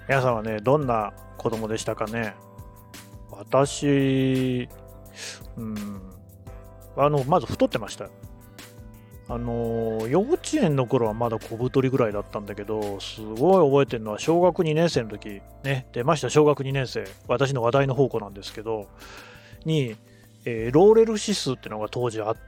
皆さんはね、どんな子供でしたかね。私、うん、まず太ってましたよ。幼稚園の頃はまだ小太りぐらいだったんだけど、すごい覚えてるのは小学2年生の時、ね、出ました、小学2年生。私の話題の宝庫なんですけど、に、ローレル指数っていうのが当時あって、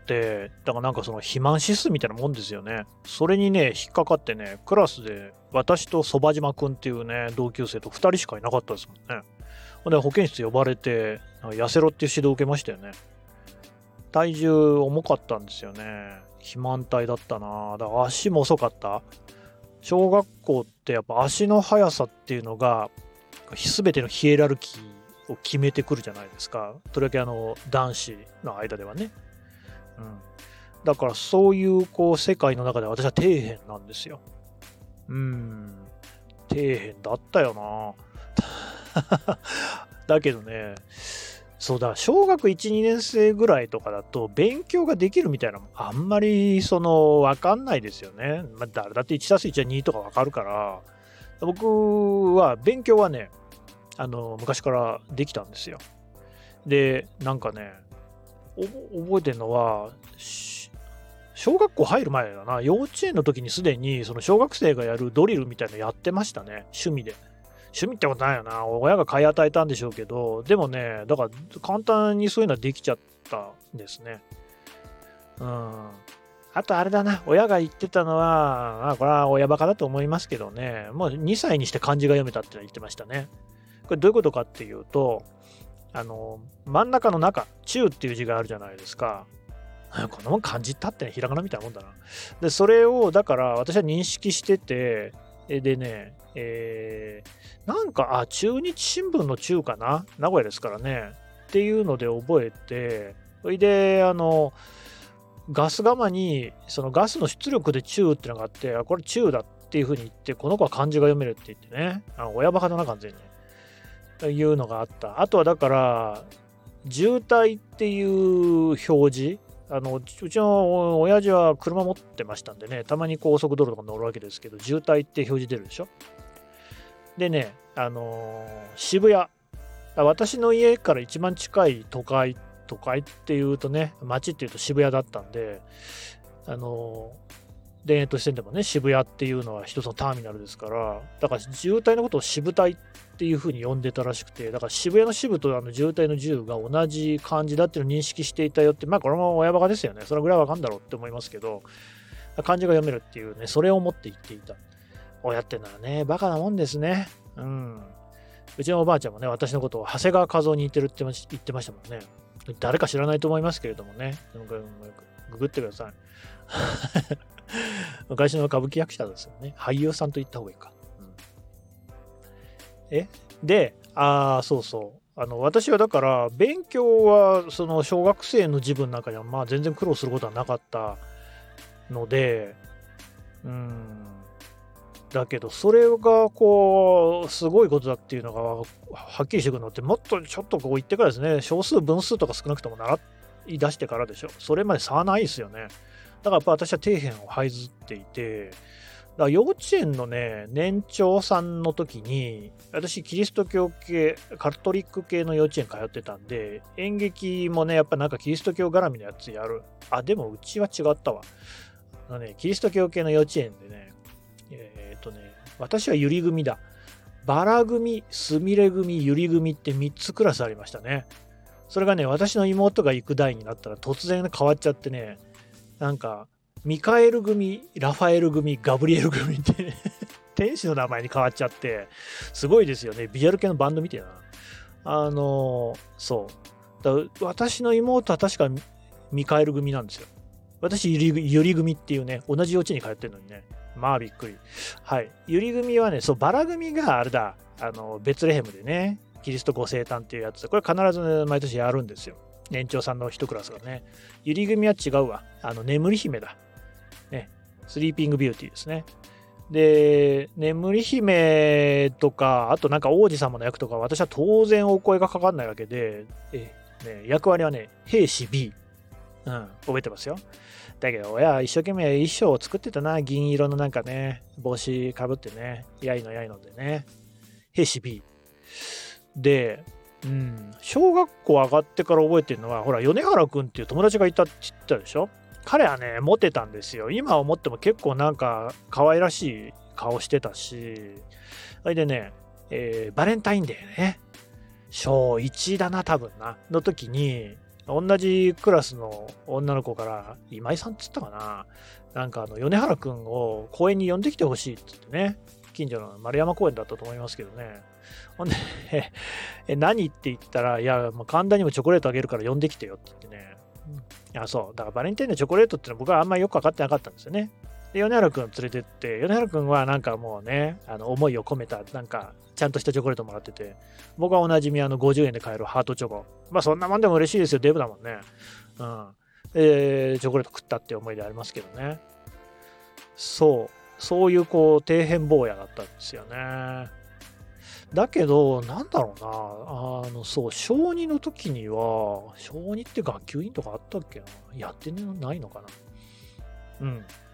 だからなんかその肥満指数みたいなもんですよね。それにね、引っかかってね、クラスで私とそば島くんっていうね、同級生と2人しかいなかったですもんね。ほんで、保健室呼ばれて、痩せろっていう指導を受けましたよね。体重重かったんですよね。肥満体だったな。だから足も遅かった。小学校ってやっぱ足の速さっていうのが、全てのヒエラルキーを決めてくるじゃないですか。とりわけ男子の間ではね。うん。だからそういう世界の中で私は底辺なんですよ。うん。底辺だったよな。だけどね、そうだ、小学1、2年生ぐらいとかだと勉強ができるみたいなのあんまりわかんないですよね。まあ、誰だって1たす1は2とかわかるから、僕は勉強はね、昔からできたんですよ。で、なんかね、覚えてるのは、小学校入る前だな、幼稚園の時にすでにその小学生がやるドリルみたいなのやってましたね、趣味で。趣味ってことないよな。親が買い与えたんでしょうけど、でもね、だから簡単にそういうのはできちゃったんですね。うん。あとあれだな、親が言ってたのは、これは親バカだと思いますけどね、もう2歳にして漢字が読めたって言ってましたね。これどういうことかっていうと、真ん中の中、中っていう字があるじゃないですか。このもん漢字ったってひらがなみたいなもんだな。で、それを、だから私は認識してて、でね、なんか、中日新聞の中かな、名古屋ですからね。っていうので覚えて、それで、ガス釜に、そのガスの出力で中ってのがあって、これ中だっていうふうに言って、この子は漢字が読めるって言ってね、親バカだな、完全に。というのがあった。あとはだから、渋滞っていう表示、うちの親父は車持ってましたんでね、たまに高速道路とか乗るわけですけど、渋滞って表示出るでしょ。でね、渋谷、私の家から一番近い都会っていうとね、街っていうと渋谷だったんで、あの田園都市線でもね、渋谷っていうのは一つのターミナルですから、だから渋滞のことを渋滞っていう風に呼んでたらしくて、だから渋谷の渋と渋滞の渋が同じ漢字だっていうのを認識していたよって、まあこれも親バカですよね。それぐらいわかんだろうって思いますけど、漢字が読めるっていうね、それを持って言っていた。親ってのはね、バカなもんですね。うん。うちのおばあちゃんもね、私のことを長谷川和夫に似てるって言ってましたもんね。誰か知らないと思いますけれどもね。ググってください。昔の歌舞伎役者ですよね。俳優さんと言った方がいいか。うん、で、そうそう。私はだから、勉強は、その小学生の自分の中では、まあ全然苦労することはなかったので、うん。だけど、それがすごいことだっていうのがはっきりしてくるのって、もっとちょっと言ってからですね、小数分数とか少なくとも習い出してからでしょ。それまで差はないですよね。だからやっぱ私は底辺を這いずっていて、だから幼稚園のね、年長さんの時に、私、キリスト教系、カトリック系の幼稚園通ってたんで、演劇もね、やっぱなんかキリスト教絡みのやつやる。でもうちは違ったわ。キリスト教系の幼稚園でね、私はゆり組だ。バラ組、すみれ組、ゆり組って3つクラスありましたね。それがね、私の妹が行く代になったら突然変わっちゃってね、なんか、ミカエル組、ラファエル組、ガブリエル組ってね天使の名前に変わっちゃって、すごいですよね。ビジュアル系のバンドみたいな。そう。私の妹は確かミカエル組なんですよ。私、ゆり組っていうね、同じ幼稚園に通ってるのにね。まあびっくり。はい。ゆり組はね、そう、バラ組があれだ、ベツレヘムでね、キリストご生誕っていうやつ、これ必ず毎年やるんですよ。年長さんの一クラスがね。ゆり組は違うわ。眠り姫だ。ね。スリーピングビューティーですね。で、眠り姫とか、あとなんか王子様の役とか、私は当然お声がかかんないわけで、役割はね、兵士 B。うん、覚えてますよ。だけど、親は一生懸命衣装を作ってたな。銀色のなんかね、帽子かぶってね、やいのやいのでね。 兵士 B。で、小学校上がってから覚えてるのは、ほら、米原くんっていう友達がいたって言ったでしょ。彼はね、モテたんですよ。今思っても結構なんか可愛らしい顔してたし、それでね、バレンタインデーね、小1だな、多分な、の時に、同じクラスの女の子から、今井さんっつったかな、なんか米原くんを公園に呼んできてほしいって言ってね、近所の丸山公園だったと思いますけどね。ほんで、何って言ったら、いや、もう神田にもチョコレートあげるから呼んできてよって言ってね。そう、だからバレンタインのチョコレートってのは僕はあんまりよく分かってなかったんですよね。で、米原くん連れてって、米原くんはなんかもうね、思いを込めた、なんか、ちゃんとしたチョコレートもらってて、僕はおなじみ50円で買えるハートチョコ。まあそんなもんでも嬉しいですよ、デブだもんね。チョコレート食ったって思い出ありますけどね。そういうこう、底辺坊やだったんですよね。だけど、なんだろうな、小2の時には、小2って学級委員とかあったっけな、やってないのかな。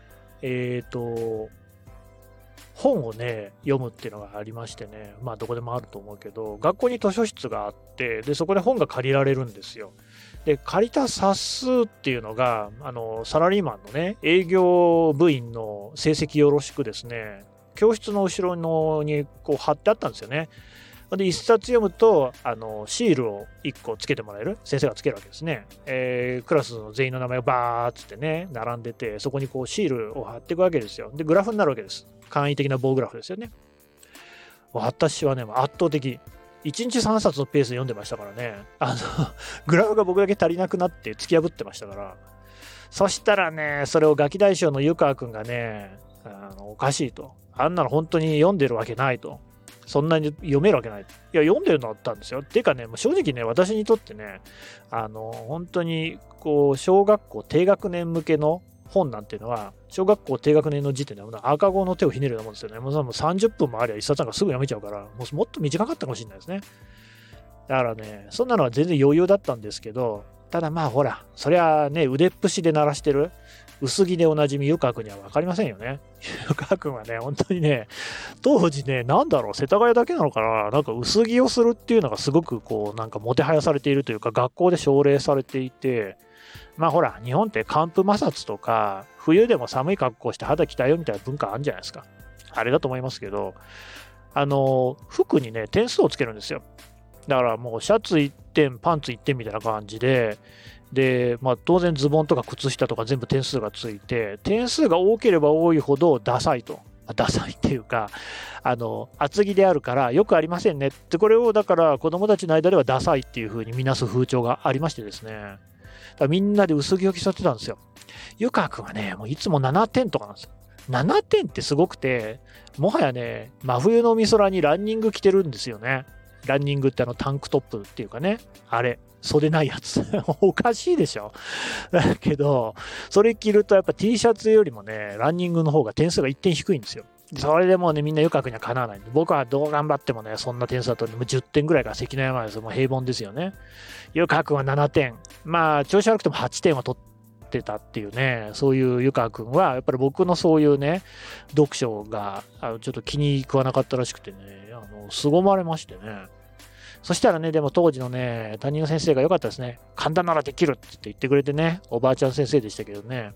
本をね、読むっていうのがありましてね、まあどこでもあると思うけど、学校に図書室があって、で、そこで本が借りられるんですよ。で、借りた冊数っていうのが、サラリーマンのね、営業部員の成績よろしくですね、教室の後ろにこう貼ってあったんですよね。で、一冊読むと、シールを1個つけてもらえる。先生がつけるわけですね。クラスの全員の名前をバーっつってね、並んでて、そこにこうシールを貼っていくわけですよ。で、グラフになるわけです。簡易的な棒グラフですよね。私はね、圧倒的。1日3冊のペースで読んでましたからね。グラフが僕だけ足りなくなって突き破ってましたから。そしたらね、それをガキ大将の湯川くんがね、おかしいと。あんなの本当に読んでるわけないと。そんなに読めるわけない。いや、読んでるのあったんですよ。っていうかね、もう正直ね、私にとってね、本当に、こう、小学校低学年向けの本なんていうのは、小学校低学年の時点で赤子の手をひねるようなもんですよね。もう30分もありゃ一冊なんかすぐ読めちゃうから、もっと短かったかもしれないですね。だからね、そんなのは全然余裕だったんですけど、ただまあほら、そりゃね、腕っぷしで鳴らしてる、薄着でおなじみ湯川君には分かりませんよね。湯川君はね、本当にね、当時ね、なんだろう、世田谷だけなのかな、なんか薄着をするっていうのがすごくこう、なんかもてはやされているというか、学校で奨励されていて、まあほら、日本って寒風摩擦とか、冬でも寒い格好して肌着たよみたいな文化あるんじゃないですか。あれだと思いますけど、服にね、点数をつけるんですよ。だからもうシャツ1点、パンツ1点みたいな感じで、まあ当然ズボンとか靴下とか全部点数がついて、点数が多ければ多いほどダサいと。ダサいっていうか、厚着であるからよくありませんねって、これをだから子供たちの間ではダサいっていう風に見なす風潮がありましてですね。だからみんなで薄着を競ってたんですよ。湯川くんはね、もういつも7点とかなんですよ。7点ってすごくて、もはやね、真冬の海空にランニング着てるんですよね。ランニングってタンクトップっていうかね、あれ、袖ないやつ。おかしいでしょ。だけど、それ着るとやっぱ T シャツよりもね、ランニングの方が点数が1点低いんですよ。それでもうね、みんな湯川くんにはかなわないんで、僕はどう頑張ってもね、そんな点数だと、ね、もう10点ぐらいが関の山です。もう平凡ですよね。湯川くんは7点。まあ、調子悪くても8点は取ってたっていうね、そういう湯川くんは、やっぱり僕のそういうね、読書がちょっと気に食わなかったらしくてね、凄まれましてね。そしたらね、でも当時のね、担任の先生が良かったですね。簡単ならできるって言ってくれてね、おばあちゃん先生でしたけどね。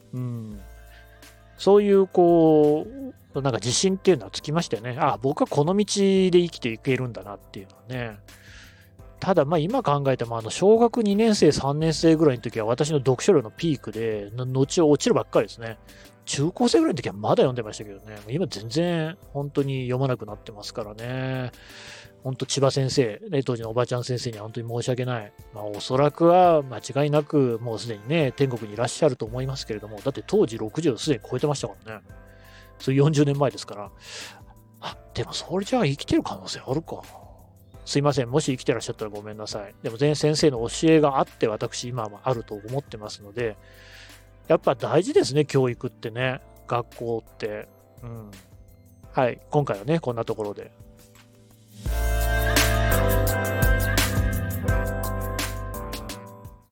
そういう、こう、なんか自信っていうのはつきましたよね。僕はこの道で生きていけるんだなっていうのはね。ただ、まあ今考えても、小学2年生、3年生ぐらいの時は私の読書量のピークで、後を落ちるばっかりですね。中高生ぐらいの時はまだ読んでましたけどね。今全然本当に読まなくなってますからね。本当千葉先生、ね、当時のおばあちゃん先生には本当に申し訳ない。まあおそらくは間違いなくもうすでにね、天国にいらっしゃると思いますけれども、だって当時60をすでに超えてましたからね。それ40年前ですから。でもそれじゃあ生きてる可能性あるか。すいません。もし生きてらっしゃったらごめんなさい。でも全先生の教えがあって私今はあると思ってますので、やっぱ大事ですね、教育ってね。学校って。はい。今回はね、こんなところで。